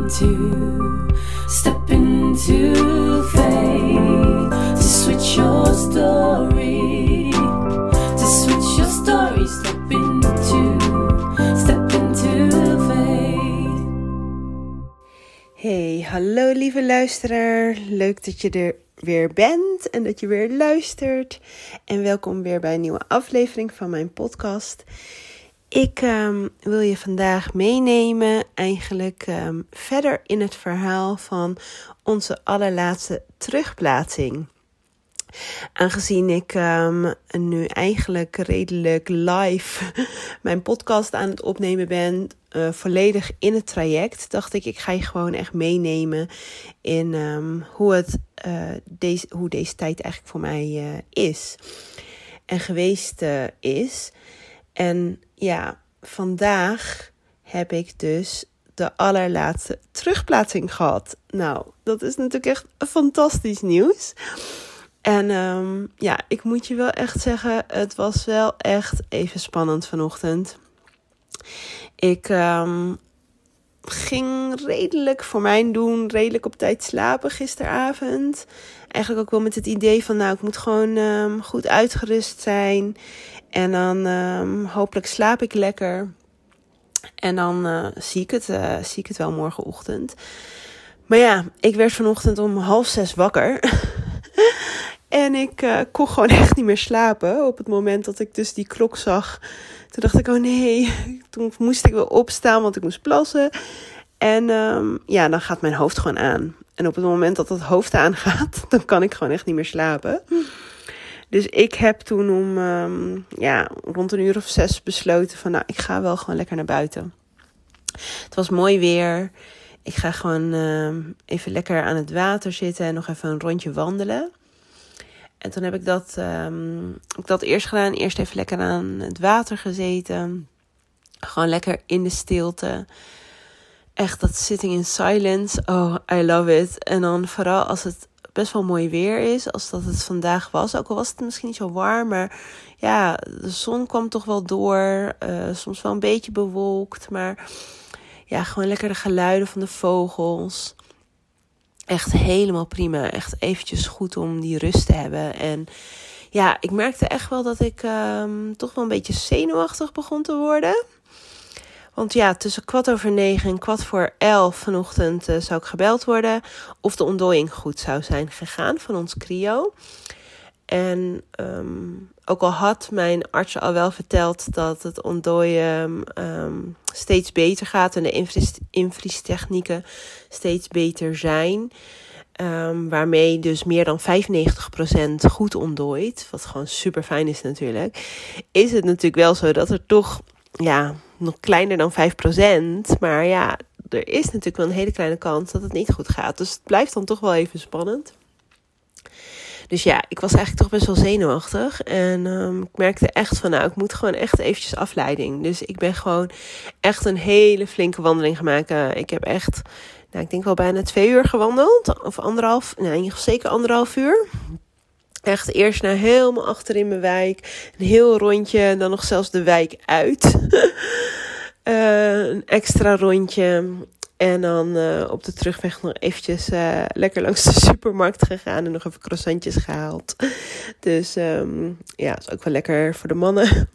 Step into faith. To switch your story. To switch your story. Step into faith. Hey, hallo lieve luisteraar. Leuk dat je er weer bent en dat je weer luistert. En welkom weer bij een nieuwe aflevering van mijn podcast. Ik wil je vandaag meenemen eigenlijk verder in het verhaal van onze allerlaatste terugplaatsing. Aangezien ik nu eigenlijk redelijk live mijn podcast aan het opnemen ben, volledig in het traject, dacht ik ga je gewoon echt meenemen in hoe deze tijd eigenlijk voor mij is en geweest is. En ja, vandaag heb ik dus de allerlaatste terugplaatsing gehad. Nou, dat is natuurlijk echt fantastisch nieuws. En ik moet je wel echt zeggen, het was wel echt even spannend vanochtend. Ik ging redelijk op tijd slapen gisteravond. Eigenlijk ook wel met het idee van, ik moet gewoon goed uitgerust zijn. En dan hopelijk slaap ik lekker. En dan zie ik het wel morgenochtend. Maar ja, ik werd vanochtend om 5:30 wakker. En ik kon gewoon echt niet meer slapen. Op het moment dat ik dus die klok zag. Toen dacht ik, oh nee. Toen moest ik wel opstaan, want ik moest plassen. En dan gaat mijn hoofd gewoon aan. En op het moment dat het hoofd aangaat, dan kan ik gewoon echt niet meer slapen. Dus ik heb toen om rond 6:00 besloten van, ik ga wel gewoon lekker naar buiten. Het was mooi weer. Ik ga gewoon even lekker aan het water zitten en nog even een rondje wandelen. En toen heb ik dat eerst gedaan. Eerst even lekker aan het water gezeten. Gewoon lekker in de stilte. Echt dat sitting in silence. Oh, I love it. En dan vooral als het best wel mooi weer is. Als dat het vandaag was. Ook al was het misschien niet zo warm. Maar ja, de zon kwam toch wel door. Soms wel een beetje bewolkt. Maar ja, gewoon lekker de geluiden van de vogels. Echt helemaal prima. Echt eventjes goed om die rust te hebben. En ja, ik merkte echt wel dat ik toch wel een beetje zenuwachtig begon te worden. Want ja, tussen 9:15 en 10:15 vanochtend zou ik gebeld worden of de ontdooiing goed zou zijn gegaan van ons cryo. En ook al had mijn arts al wel verteld dat het ontdooien steeds beter gaat en de invriestechnieken steeds beter zijn. Waarmee dus meer dan 95% goed ontdooit. Wat gewoon super fijn is natuurlijk. Is het natuurlijk wel zo dat er toch nog kleiner dan 5%. Maar ja, er is natuurlijk wel een hele kleine kans dat het niet goed gaat. Dus het blijft dan toch wel even spannend. Dus ja, ik was eigenlijk toch best wel zenuwachtig. En ik merkte echt van, ik moet gewoon echt eventjes afleiding. Dus ik ben gewoon echt een hele flinke wandeling gaan maken. Ik heb echt, ik denk wel bijna 2 uur gewandeld. Of 1,5, in ieder geval zeker 1,5 uur. Echt eerst naar helemaal achter in mijn wijk. Een heel rondje en dan nog zelfs de wijk uit. Een extra rondje. En dan op de terugweg nog eventjes lekker langs de supermarkt gegaan. En nog even croissantjes gehaald. Dus dat is ook wel lekker voor de mannen.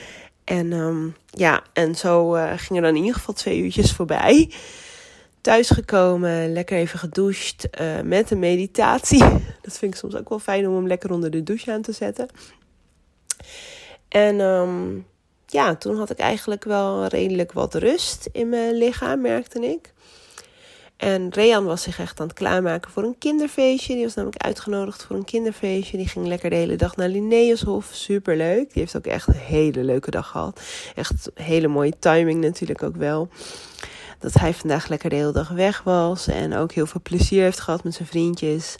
En zo gingen dan in ieder geval 2 uurtjes voorbij. Thuisgekomen, lekker even gedoucht met een meditatie. Dat vind ik soms ook wel fijn om hem lekker onder de douche aan te zetten. En toen had ik eigenlijk wel redelijk wat rust in mijn lichaam, merkte ik. En Rean was zich echt aan het klaarmaken voor een kinderfeestje. Die was namelijk uitgenodigd voor een kinderfeestje. Die ging lekker de hele dag naar Linnaeushof. Superleuk. Die heeft ook echt een hele leuke dag gehad. Echt een hele mooie timing natuurlijk ook wel. Dat hij vandaag lekker de hele dag weg was. En ook heel veel plezier heeft gehad met zijn vriendjes.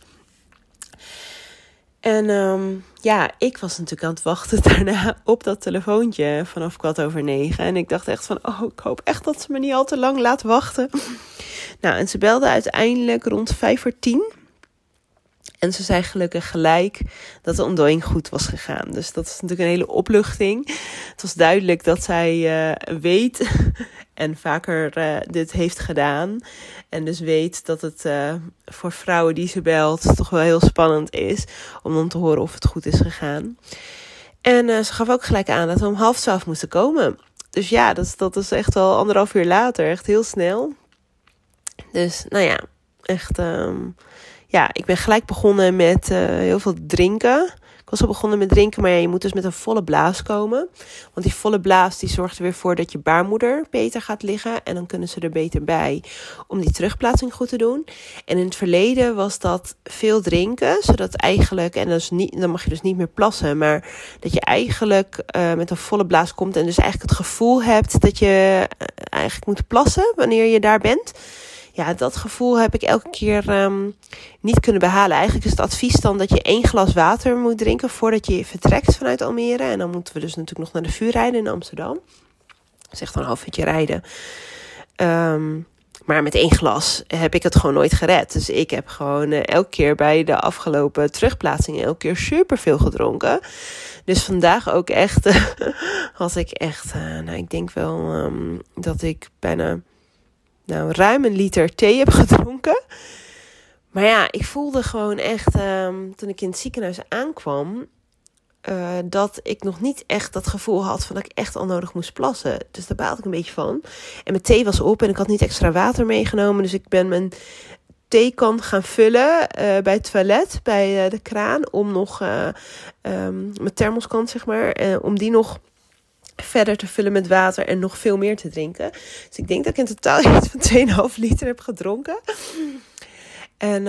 En ik was natuurlijk aan het wachten daarna op dat telefoontje vanaf 9:15. En ik dacht echt van, ik hoop echt dat ze me niet al te lang laat wachten. En ze belde uiteindelijk rond 9:45. En ze zei gelukkig gelijk dat de ontdooiing goed was gegaan. Dus dat is natuurlijk een hele opluchting. Het was duidelijk dat zij weet en vaker dit heeft gedaan. En dus weet dat het voor vrouwen die ze belt toch wel heel spannend is om dan te horen of het goed is gegaan. En ze gaf ook gelijk aan dat we om 11:30 moesten komen. Dus ja, dat is echt wel 1,5 uur later. Echt heel snel. Dus nou ja, echt... ik ben gelijk begonnen met heel veel drinken. Ik was al begonnen met drinken, maar ja, je moet dus met een volle blaas komen. Want die volle blaas die zorgt er weer voor dat je baarmoeder beter gaat liggen. En dan kunnen ze er beter bij om die terugplaatsing goed te doen. En in het verleden was dat veel drinken, zodat eigenlijk, en dan mag je dus niet meer plassen, maar dat je eigenlijk met een volle blaas komt en dus eigenlijk het gevoel hebt dat je eigenlijk moet plassen wanneer je daar bent. Ja, dat gevoel heb ik elke keer niet kunnen behalen. Eigenlijk is het advies dan dat je 1 glas water moet drinken voordat je vertrekt vanuit Almere. En dan moeten we dus natuurlijk nog naar de vuur rijden in Amsterdam. Dat is echt een half uurtje rijden. Maar met 1 glas heb ik het gewoon nooit gered. Dus ik heb gewoon elke keer bij de afgelopen terugplaatsingen elke keer superveel gedronken. Dus vandaag ook echt had ik echt, ik denk wel dat ik bijna... ruim 1 liter thee heb gedronken. Maar ja, ik voelde gewoon echt, toen ik in het ziekenhuis aankwam, dat ik nog niet echt dat gevoel had van dat ik echt al nodig moest plassen. Dus daar baalde ik een beetje van. En mijn thee was op en ik had niet extra water meegenomen. Dus ik ben mijn theekan gaan vullen bij het toilet, bij de kraan. Om nog mijn thermoskan, zeg maar, om die nog verder te vullen met water en nog veel meer te drinken. Dus ik denk dat ik in totaal iets van 2,5 liter heb gedronken. En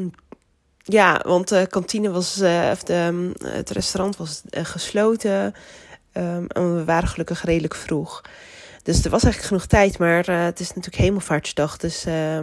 want de kantine was, het restaurant was gesloten. En we waren gelukkig redelijk vroeg. Dus er was eigenlijk genoeg tijd, maar het is natuurlijk Hemelvaartsdag. Dus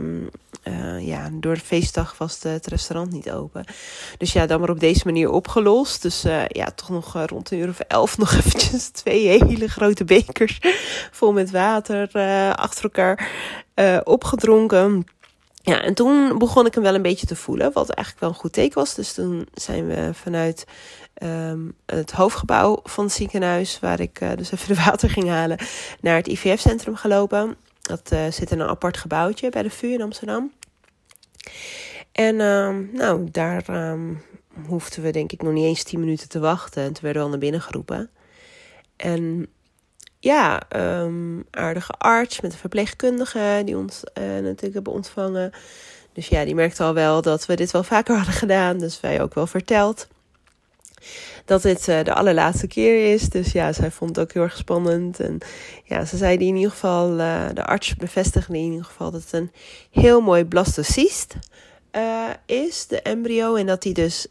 door de feestdag was het restaurant niet open. Dus ja, dan maar op deze manier opgelost. Dus toch nog rond 11:00 nog eventjes 2 hele grote bekers vol met water achter elkaar opgedronken. Ja, en toen begon ik hem wel een beetje te voelen, wat eigenlijk wel een goed teken was. Dus toen zijn we vanuit het hoofdgebouw van het ziekenhuis, waar ik dus even de water ging halen, naar het IVF-centrum gelopen. Dat zit in een apart gebouwtje bij de VU in Amsterdam. En daar hoefden we denk ik nog niet eens 10 minuten te wachten. En toen werden we al naar binnen geroepen. En ja, aardige arts met een verpleegkundige die ons natuurlijk hebben ontvangen. Dus ja, die merkte al wel dat we dit wel vaker hadden gedaan. Dus wij ook wel verteld dat dit de allerlaatste keer is. Dus ja, zij vond het ook heel erg spannend. En ja, ze zei in ieder geval, de arts bevestigde in ieder geval dat het een heel mooi blastocyst is, de embryo. En dat die dus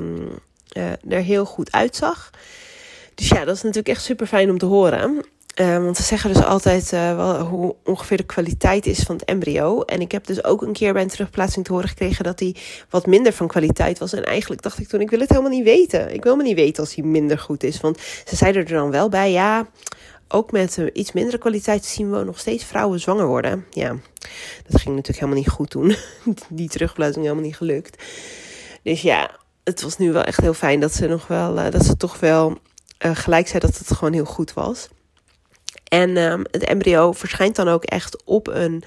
er heel goed uitzag. Dus ja, dat is natuurlijk echt super fijn om te horen. Want ze zeggen dus altijd hoe ongeveer de kwaliteit is van het embryo. En ik heb dus ook een keer bij een terugplaatsing te horen gekregen dat die wat minder van kwaliteit was. En eigenlijk dacht ik toen, ik wil het helemaal niet weten. Ik wil me niet weten als die minder goed is. Want ze zeiden er dan wel bij, ja, ook met iets mindere kwaliteit zien we nog steeds vrouwen zwanger worden. Ja, dat ging natuurlijk helemaal niet goed toen. Die terugplaatsing helemaal niet gelukt. Dus ja, het was nu wel echt heel fijn dat ze toch wel gelijk zei dat het gewoon heel goed was. En het embryo verschijnt dan ook echt op een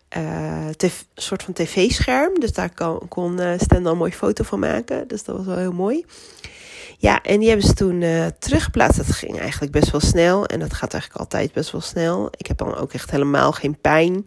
soort van tv-scherm. Dus daar kon Stendal een mooie foto van maken. Dus dat was wel heel mooi. Ja, en die hebben ze toen teruggeplaatst. Dat ging eigenlijk best wel snel. En dat gaat eigenlijk altijd best wel snel. Ik heb dan ook echt helemaal geen pijn.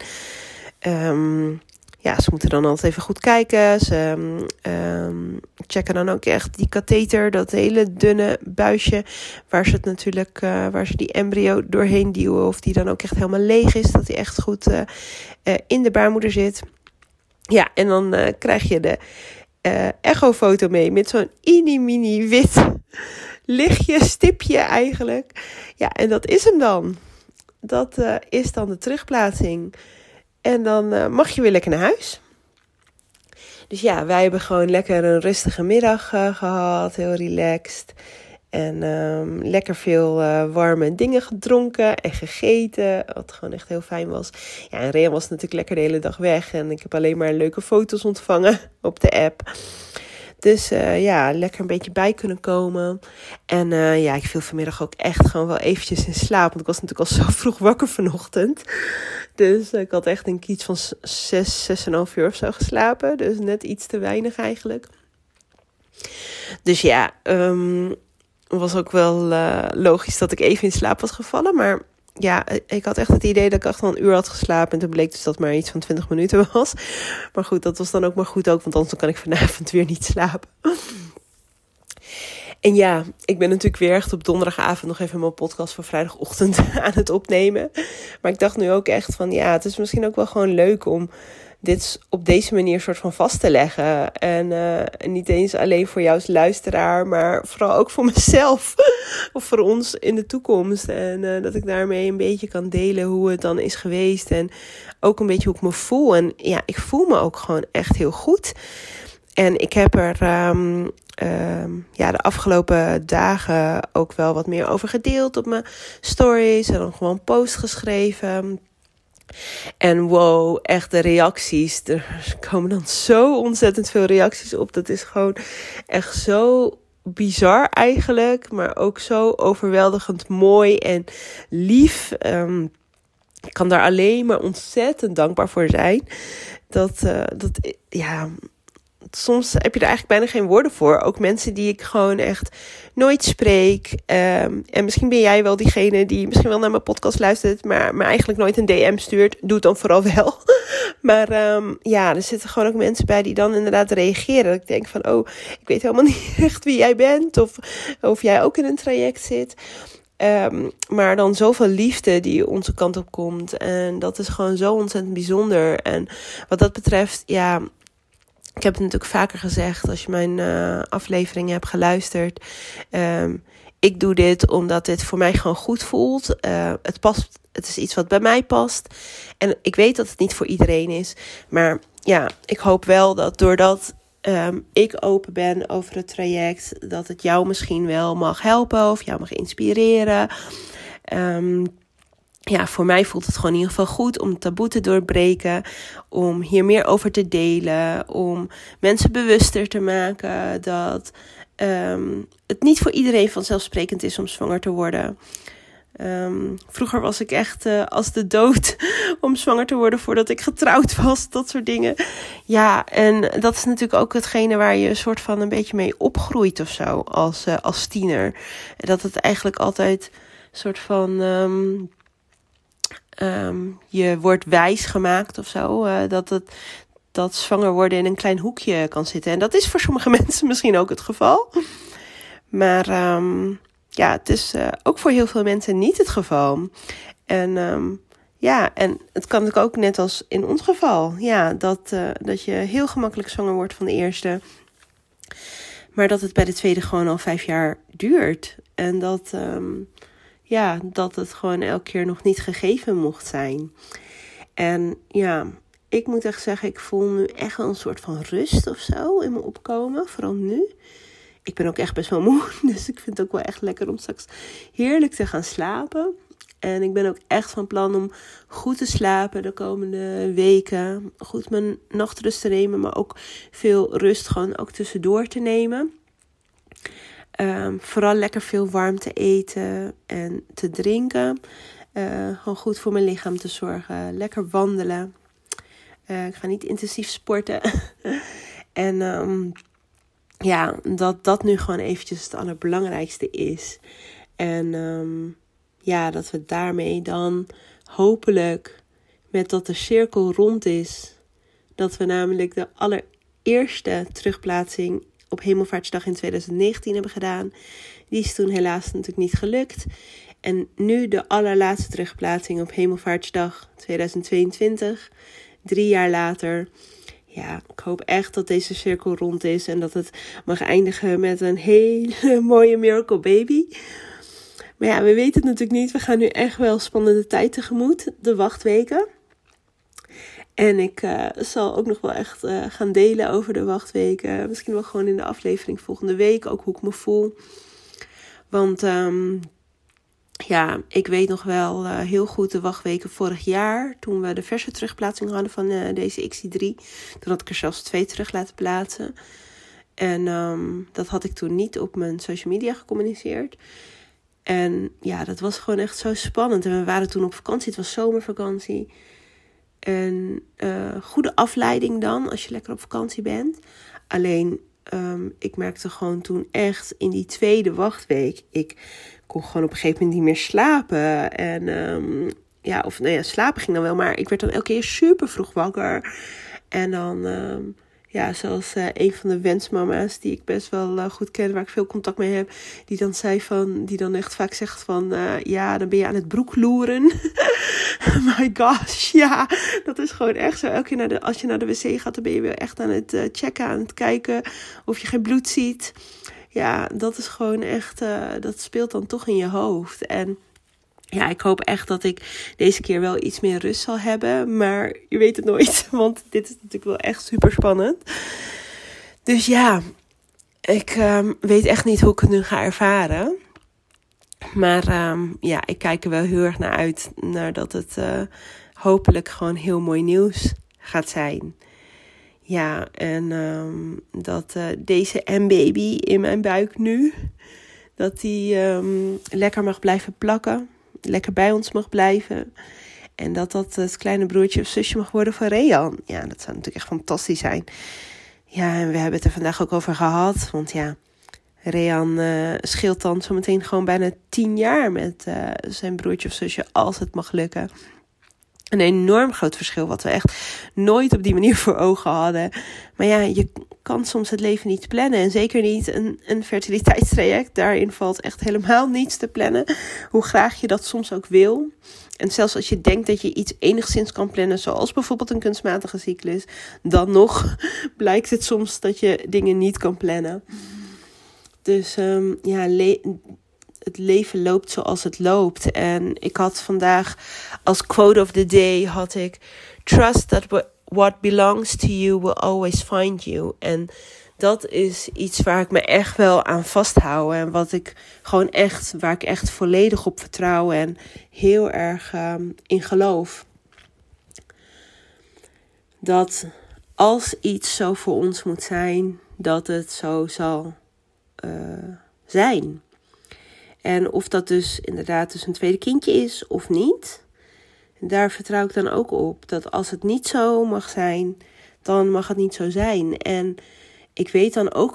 Ze moeten dan altijd even goed kijken. Ze checken dan ook echt die katheter, dat hele dunne buisje waar ze die embryo doorheen duwen. Of die dan ook echt helemaal leeg is, dat die echt goed in de baarmoeder zit. Ja, en dan krijg je de echofoto mee met zo'n mini wit lichtje, stipje eigenlijk. Ja, en dat is hem dan. Dat is dan de terugplaatsing. En dan mag je weer lekker naar huis. Dus ja, wij hebben gewoon lekker een rustige middag gehad. Heel relaxed. En lekker veel warme dingen gedronken en gegeten. Wat gewoon echt heel fijn was. Ja, en Rian was natuurlijk lekker de hele dag weg. En ik heb alleen maar leuke foto's ontvangen op de app. Dus lekker een beetje bij kunnen komen. En ik viel vanmiddag ook echt gewoon wel eventjes in slaap. Want ik was natuurlijk al zo vroeg wakker vanochtend. Dus ik had echt een iets van 6,5 uur of zo geslapen. Dus net iets te weinig eigenlijk. Dus was ook wel logisch dat ik even in slaap was gevallen. Maar ja, ik had echt het idee dat ik echt al een uur had geslapen. En toen bleek dus dat het maar iets van 20 minuten was. Maar goed, dat was dan ook maar goed ook. Want anders kan ik vanavond weer niet slapen. En ja, ik ben natuurlijk weer echt op donderdagavond nog even mijn podcast voor vrijdagochtend aan het opnemen. Maar ik dacht nu ook echt van het is misschien ook wel gewoon leuk om dit op deze manier soort van vast te leggen. En niet eens alleen voor jou als luisteraar, maar vooral ook voor mezelf. Of voor ons in de toekomst. En dat ik daarmee een beetje kan delen hoe het dan is geweest. En ook een beetje hoe ik me voel. En ja, ik voel me ook gewoon echt heel goed. En ik heb er de afgelopen dagen ook wel wat meer over gedeeld op mijn stories. En dan gewoon post geschreven. En wow, echt de reacties. Er komen dan zo ontzettend veel reacties op. Dat is gewoon echt zo bizar eigenlijk. Maar ook zo overweldigend mooi en lief. Ik kan daar alleen maar ontzettend dankbaar voor zijn. Soms heb je er eigenlijk bijna geen woorden voor. Ook mensen die ik gewoon echt nooit spreek. En misschien ben jij wel diegene die misschien wel naar mijn podcast luistert, maar eigenlijk nooit een DM stuurt. Doe het dan vooral wel. Maar er zitten gewoon ook mensen bij die dan inderdaad reageren. Dat ik denk van, ik weet helemaal niet echt wie jij bent. Of jij ook in een traject zit. Maar dan zoveel liefde die onze kant op komt. En dat is gewoon zo ontzettend bijzonder. En wat dat betreft, ik heb het natuurlijk vaker gezegd als je mijn afleveringen hebt geluisterd. Ik doe dit omdat dit voor mij gewoon goed voelt. Het past, het is iets wat bij mij past. En ik weet dat het niet voor iedereen is. Maar ik hoop wel dat doordat ik open ben over het traject, dat het jou misschien wel mag helpen of jou mag inspireren. Voor mij voelt het gewoon in ieder geval goed om het taboe te doorbreken. Om hier meer over te delen. Om mensen bewuster te maken dat het niet voor iedereen vanzelfsprekend is om zwanger te worden. Vroeger was ik echt als de dood om zwanger te worden voordat ik getrouwd was. Dat soort dingen. Ja, en dat is natuurlijk ook hetgene waar je een soort van een beetje mee opgroeit of zo. Als tiener. Dat het eigenlijk altijd een soort van je wordt wijs gemaakt of zo. Dat zwanger worden in een klein hoekje kan zitten. En dat is voor sommige mensen misschien ook het geval. Maar het is ook voor heel veel mensen niet het geval. En en het kan natuurlijk ook net als in ons geval. Ja, dat je heel gemakkelijk zwanger wordt van de eerste. Maar dat het bij de tweede gewoon al 5 jaar duurt. En dat het gewoon elke keer nog niet gegeven mocht zijn. En ik moet echt zeggen, ik voel nu echt wel een soort van rust of zo in me opkomen. Vooral nu. Ik ben ook echt best wel moe. Dus ik vind het ook wel echt lekker om straks heerlijk te gaan slapen. En ik ben ook echt van plan om goed te slapen de komende weken. Goed mijn nachtrust te nemen, maar ook veel rust gewoon ook tussendoor te nemen. Vooral lekker veel warm te eten en te drinken. Gewoon goed voor mijn lichaam te zorgen. Lekker wandelen. Ik ga niet intensief sporten. En dat nu gewoon eventjes het allerbelangrijkste is. En dat we daarmee dan hopelijk, met dat de cirkel rond is, dat we namelijk de allereerste terugplaatsing op Hemelvaartsdag in 2019 hebben gedaan. Die is toen helaas natuurlijk niet gelukt. En nu de allerlaatste terugplaatsing op Hemelvaartsdag 2022. 3 jaar later. Ja, ik hoop echt dat deze cirkel rond is. En dat het mag eindigen met een hele mooie miracle baby. Maar we weten het natuurlijk niet. We gaan nu echt wel spannende tijd tegemoet. De wachtweken. En ik zal ook nog wel echt gaan delen over de wachtweken. Misschien wel gewoon in de aflevering volgende week. Ook hoe ik me voel. Want ik weet nog wel heel goed de wachtweken vorig jaar. Toen we de verse terugplaatsing hadden van deze XI3. Toen had ik er zelfs 2 terug laten plaatsen. En dat had ik toen niet op mijn social media gecommuniceerd. En ja, dat was gewoon echt zo spannend. En we waren toen op vakantie, het was zomervakantie. En goede afleiding dan, als je lekker op vakantie bent. Alleen, ik merkte gewoon toen echt in die tweede wachtweek, ik kon gewoon op een gegeven moment niet meer slapen. En slapen ging dan wel, maar ik werd dan elke keer super vroeg wakker. En dan, zoals een van de wensmama's die ik best wel goed ken, waar ik veel contact mee heb, die dan echt vaak zegt van, dan ben je aan het broekloeren. My gosh, ja, dat is gewoon echt zo. Elke keer als je naar de wc gaat, dan ben je weer echt aan het checken, aan het kijken of je geen bloed ziet. Ja, dat is gewoon echt, dat speelt dan toch in je hoofd. En ja, ik hoop echt dat ik deze keer wel iets meer rust zal hebben. Maar je weet het nooit, want dit is natuurlijk wel echt super spannend. Dus ja, ik weet echt niet hoe ik het nu ga ervaren. Maar ik kijk er wel heel erg naar uit. Naar dat het hopelijk gewoon heel mooi nieuws gaat zijn. Ja, en dat deze M-baby in mijn buik nu, dat die lekker mag blijven plakken. Lekker bij ons mag blijven. En dat het kleine broertje of zusje mag worden van Rean. Ja, dat zou natuurlijk echt fantastisch zijn. Ja, en we hebben het er vandaag ook over gehad. Want ja, Rean scheelt dan zometeen gewoon bijna 10 jaar met zijn broertje of zusje, als het mag lukken. Een enorm groot verschil, wat we echt nooit op die manier voor ogen hadden. Maar ja, je kan soms het leven niet plannen. En zeker niet een fertiliteitstraject. Daarin valt echt helemaal niets te plannen. Hoe graag je dat soms ook wil. En zelfs als je denkt dat je iets enigszins kan plannen, zoals bijvoorbeeld een kunstmatige cyclus, dan nog blijkt het soms dat je dingen niet kan plannen. Dus het leven loopt zoals het loopt. En ik had vandaag als quote of the day had ik: Trust that what belongs to you will always find you. En dat is iets waar ik me echt wel aan vasthoud. En waar ik echt volledig op vertrouw en heel erg in geloof. Dat als iets zo voor ons moet zijn, dat het zo zal zijn. En of dat dus inderdaad dus een tweede kindje is of niet, daar vertrouw ik dan ook op. Dat als het niet zo mag zijn, dan mag het niet zo zijn. En ik weet dan ook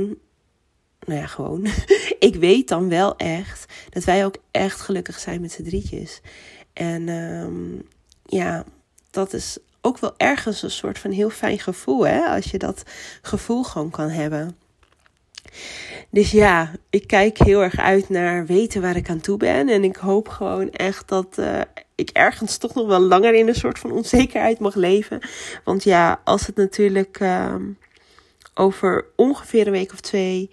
ik weet dan wel echt dat wij ook echt gelukkig zijn met z'n drietjes. En dat is ook wel ergens een soort van heel fijn gevoel, hè? Als je dat gevoel gewoon kan hebben. Dus ja, ik kijk heel erg uit naar weten waar ik aan toe ben. En ik hoop gewoon echt dat ik ergens toch nog wel langer in een soort van onzekerheid mag leven. Want ja, als het natuurlijk over ongeveer een week of 2...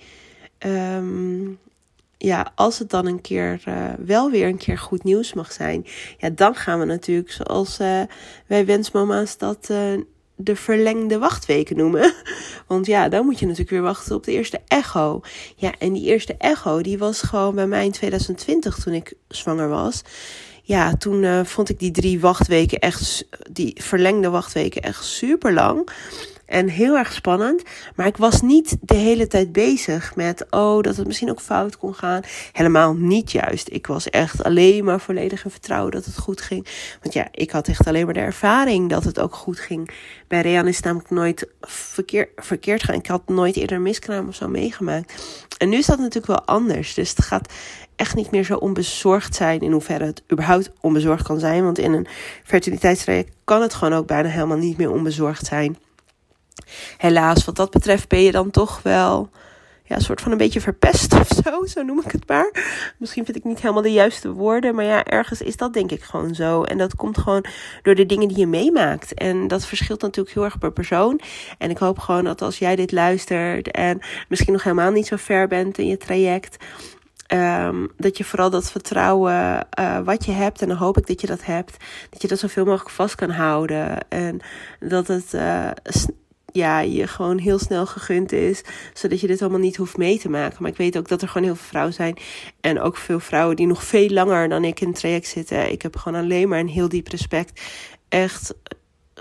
als het dan een keer wel weer een keer goed nieuws mag zijn. Ja, dan gaan we natuurlijk, zoals wij wensmama's dat de verlengde wachtweken noemen. Want ja, dan moet je natuurlijk weer wachten op de eerste echo. Ja, en die eerste echo, die was gewoon bij mij in 2020 toen ik zwanger was. Ja, toen vond ik die verlengde wachtweken echt super lang. En heel erg spannend. Maar ik was niet de hele tijd bezig met dat het misschien ook fout kon gaan. Helemaal niet juist. Ik was echt alleen maar volledig in vertrouwen dat het goed ging. Want ja, ik had echt alleen maar de ervaring dat het ook goed ging. Bij Rean is het namelijk nooit verkeerd gaan. Ik had nooit eerder een miskraam of zo meegemaakt. En nu is dat natuurlijk wel anders. Dus het gaat echt niet meer zo onbezorgd zijn, in hoeverre het überhaupt onbezorgd kan zijn. Want in een fertiliteitstraject kan het gewoon ook bijna helemaal niet meer onbezorgd zijn. Helaas, wat dat betreft ben je dan toch wel een soort van een beetje verpest of zo noem ik het maar. Misschien vind ik niet helemaal de juiste woorden, maar ja, ergens is dat denk ik gewoon zo. En dat komt gewoon door de dingen die je meemaakt. En dat verschilt natuurlijk heel erg per persoon. En ik hoop gewoon dat als jij dit luistert en misschien nog helemaal niet zo ver bent in je traject, dat je vooral dat vertrouwen wat je hebt, en dan hoop ik dat je dat hebt, dat je dat zoveel mogelijk vast kan houden. En dat het je gewoon heel snel gegund is, zodat je dit allemaal niet hoeft mee te maken. Maar ik weet ook dat er gewoon heel veel vrouwen zijn, en ook veel vrouwen die nog veel langer dan ik in het traject zitten. Ik heb gewoon alleen maar een heel diep respect. Echt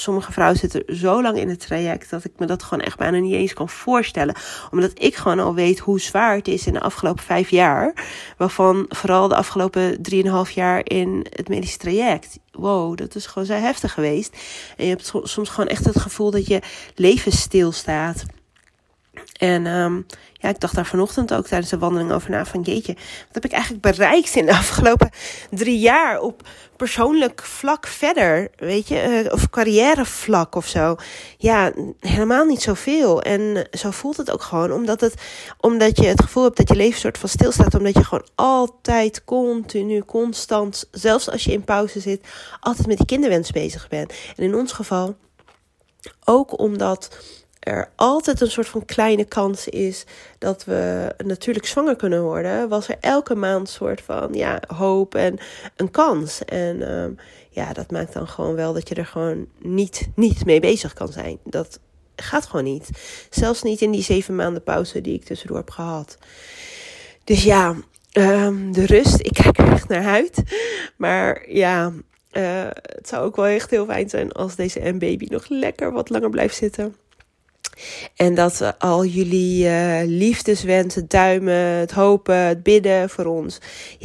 sommige vrouwen zitten zo lang in het traject dat ik me dat gewoon echt bijna niet eens kan voorstellen. Omdat ik gewoon al weet hoe zwaar het is in de afgelopen 5 jaar. Waarvan vooral de afgelopen 3,5 jaar in het medische traject. Wow, dat is gewoon zo heftig geweest. En je hebt soms gewoon echt het gevoel dat je leven stilstaat. En ik dacht daar vanochtend ook tijdens de wandeling over na van jeetje, wat heb ik eigenlijk bereikt in de afgelopen 3 jaar op persoonlijk vlak verder, weet je, of carrièrevlak of zo. Ja, helemaal niet zoveel. En zo voelt het ook gewoon, omdat je het gevoel hebt dat je leven soort van stilstaat, omdat je gewoon altijd continu, constant, zelfs als je in pauze zit, altijd met die kinderwens bezig bent. En in ons geval ook omdat er altijd een soort van kleine kans is dat we natuurlijk zwanger kunnen worden, was er elke maand een soort van hoop en een kans. En dat maakt dan gewoon wel dat je er gewoon niet mee bezig kan zijn. Dat gaat gewoon niet. Zelfs niet in die 7 maanden pauze die ik tussendoor heb gehad. Dus de rust, ik kijk er echt naar uit. Maar het zou ook wel echt heel fijn zijn als deze M-baby nog lekker wat langer blijft zitten. En dat al jullie liefdeswensen, duimen, het hopen, het bidden voor ons,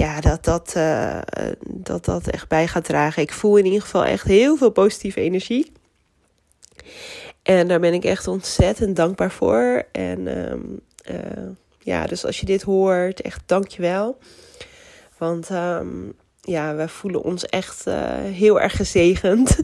dat echt bij gaat dragen. Ik voel in ieder geval echt heel veel positieve energie. En daar ben ik echt ontzettend dankbaar voor. En dus als je dit hoort, echt dankjewel. Want wij voelen ons echt heel erg gezegend.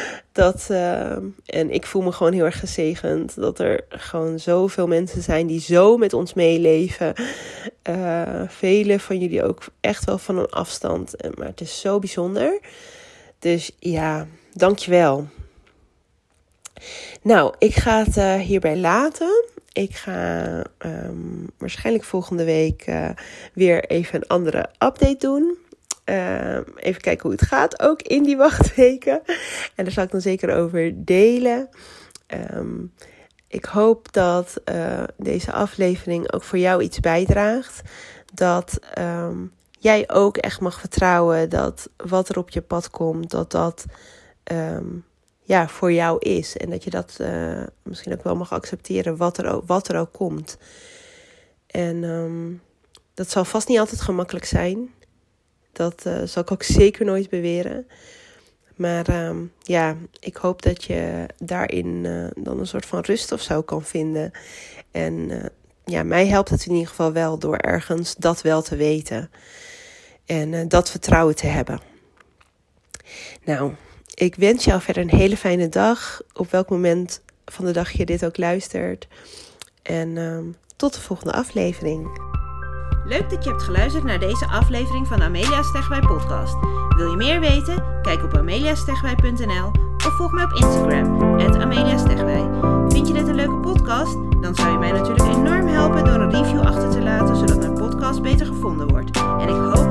En ik voel me gewoon heel erg gezegend dat er gewoon zoveel mensen zijn die zo met ons meeleven. Vele van jullie ook echt wel van een afstand. Maar het is zo bijzonder. Dus dankjewel. Nou, ik ga het hierbij laten. Ik ga waarschijnlijk volgende week weer even een andere update doen. Even kijken hoe het gaat, ook in die wachtweken. En daar zal ik dan zeker over delen. Ik hoop dat deze aflevering ook voor jou iets bijdraagt. Dat jij ook echt mag vertrouwen dat wat er op je pad komt, dat voor jou is. En dat je dat misschien ook wel mag accepteren wat er ook komt. En dat zal vast niet altijd gemakkelijk zijn. Dat zal ik ook zeker nooit beweren. Maar ik hoop dat je daarin dan een soort van rust of zo kan vinden. En mij helpt het in ieder geval wel door ergens dat wel te weten. En dat vertrouwen te hebben. Nou, ik wens jou verder een hele fijne dag. Op welk moment van de dag je dit ook luistert. En tot de volgende aflevering. Leuk dat je hebt geluisterd naar deze aflevering van Amelia Stegwij podcast. Wil je meer weten? Kijk op ameliastegwij.nl of volg mij op Instagram @ameliastegwij. Vind je dit een leuke podcast? Dan zou je mij natuurlijk enorm helpen door een review achter te laten, zodat mijn podcast beter gevonden wordt. En ik hoop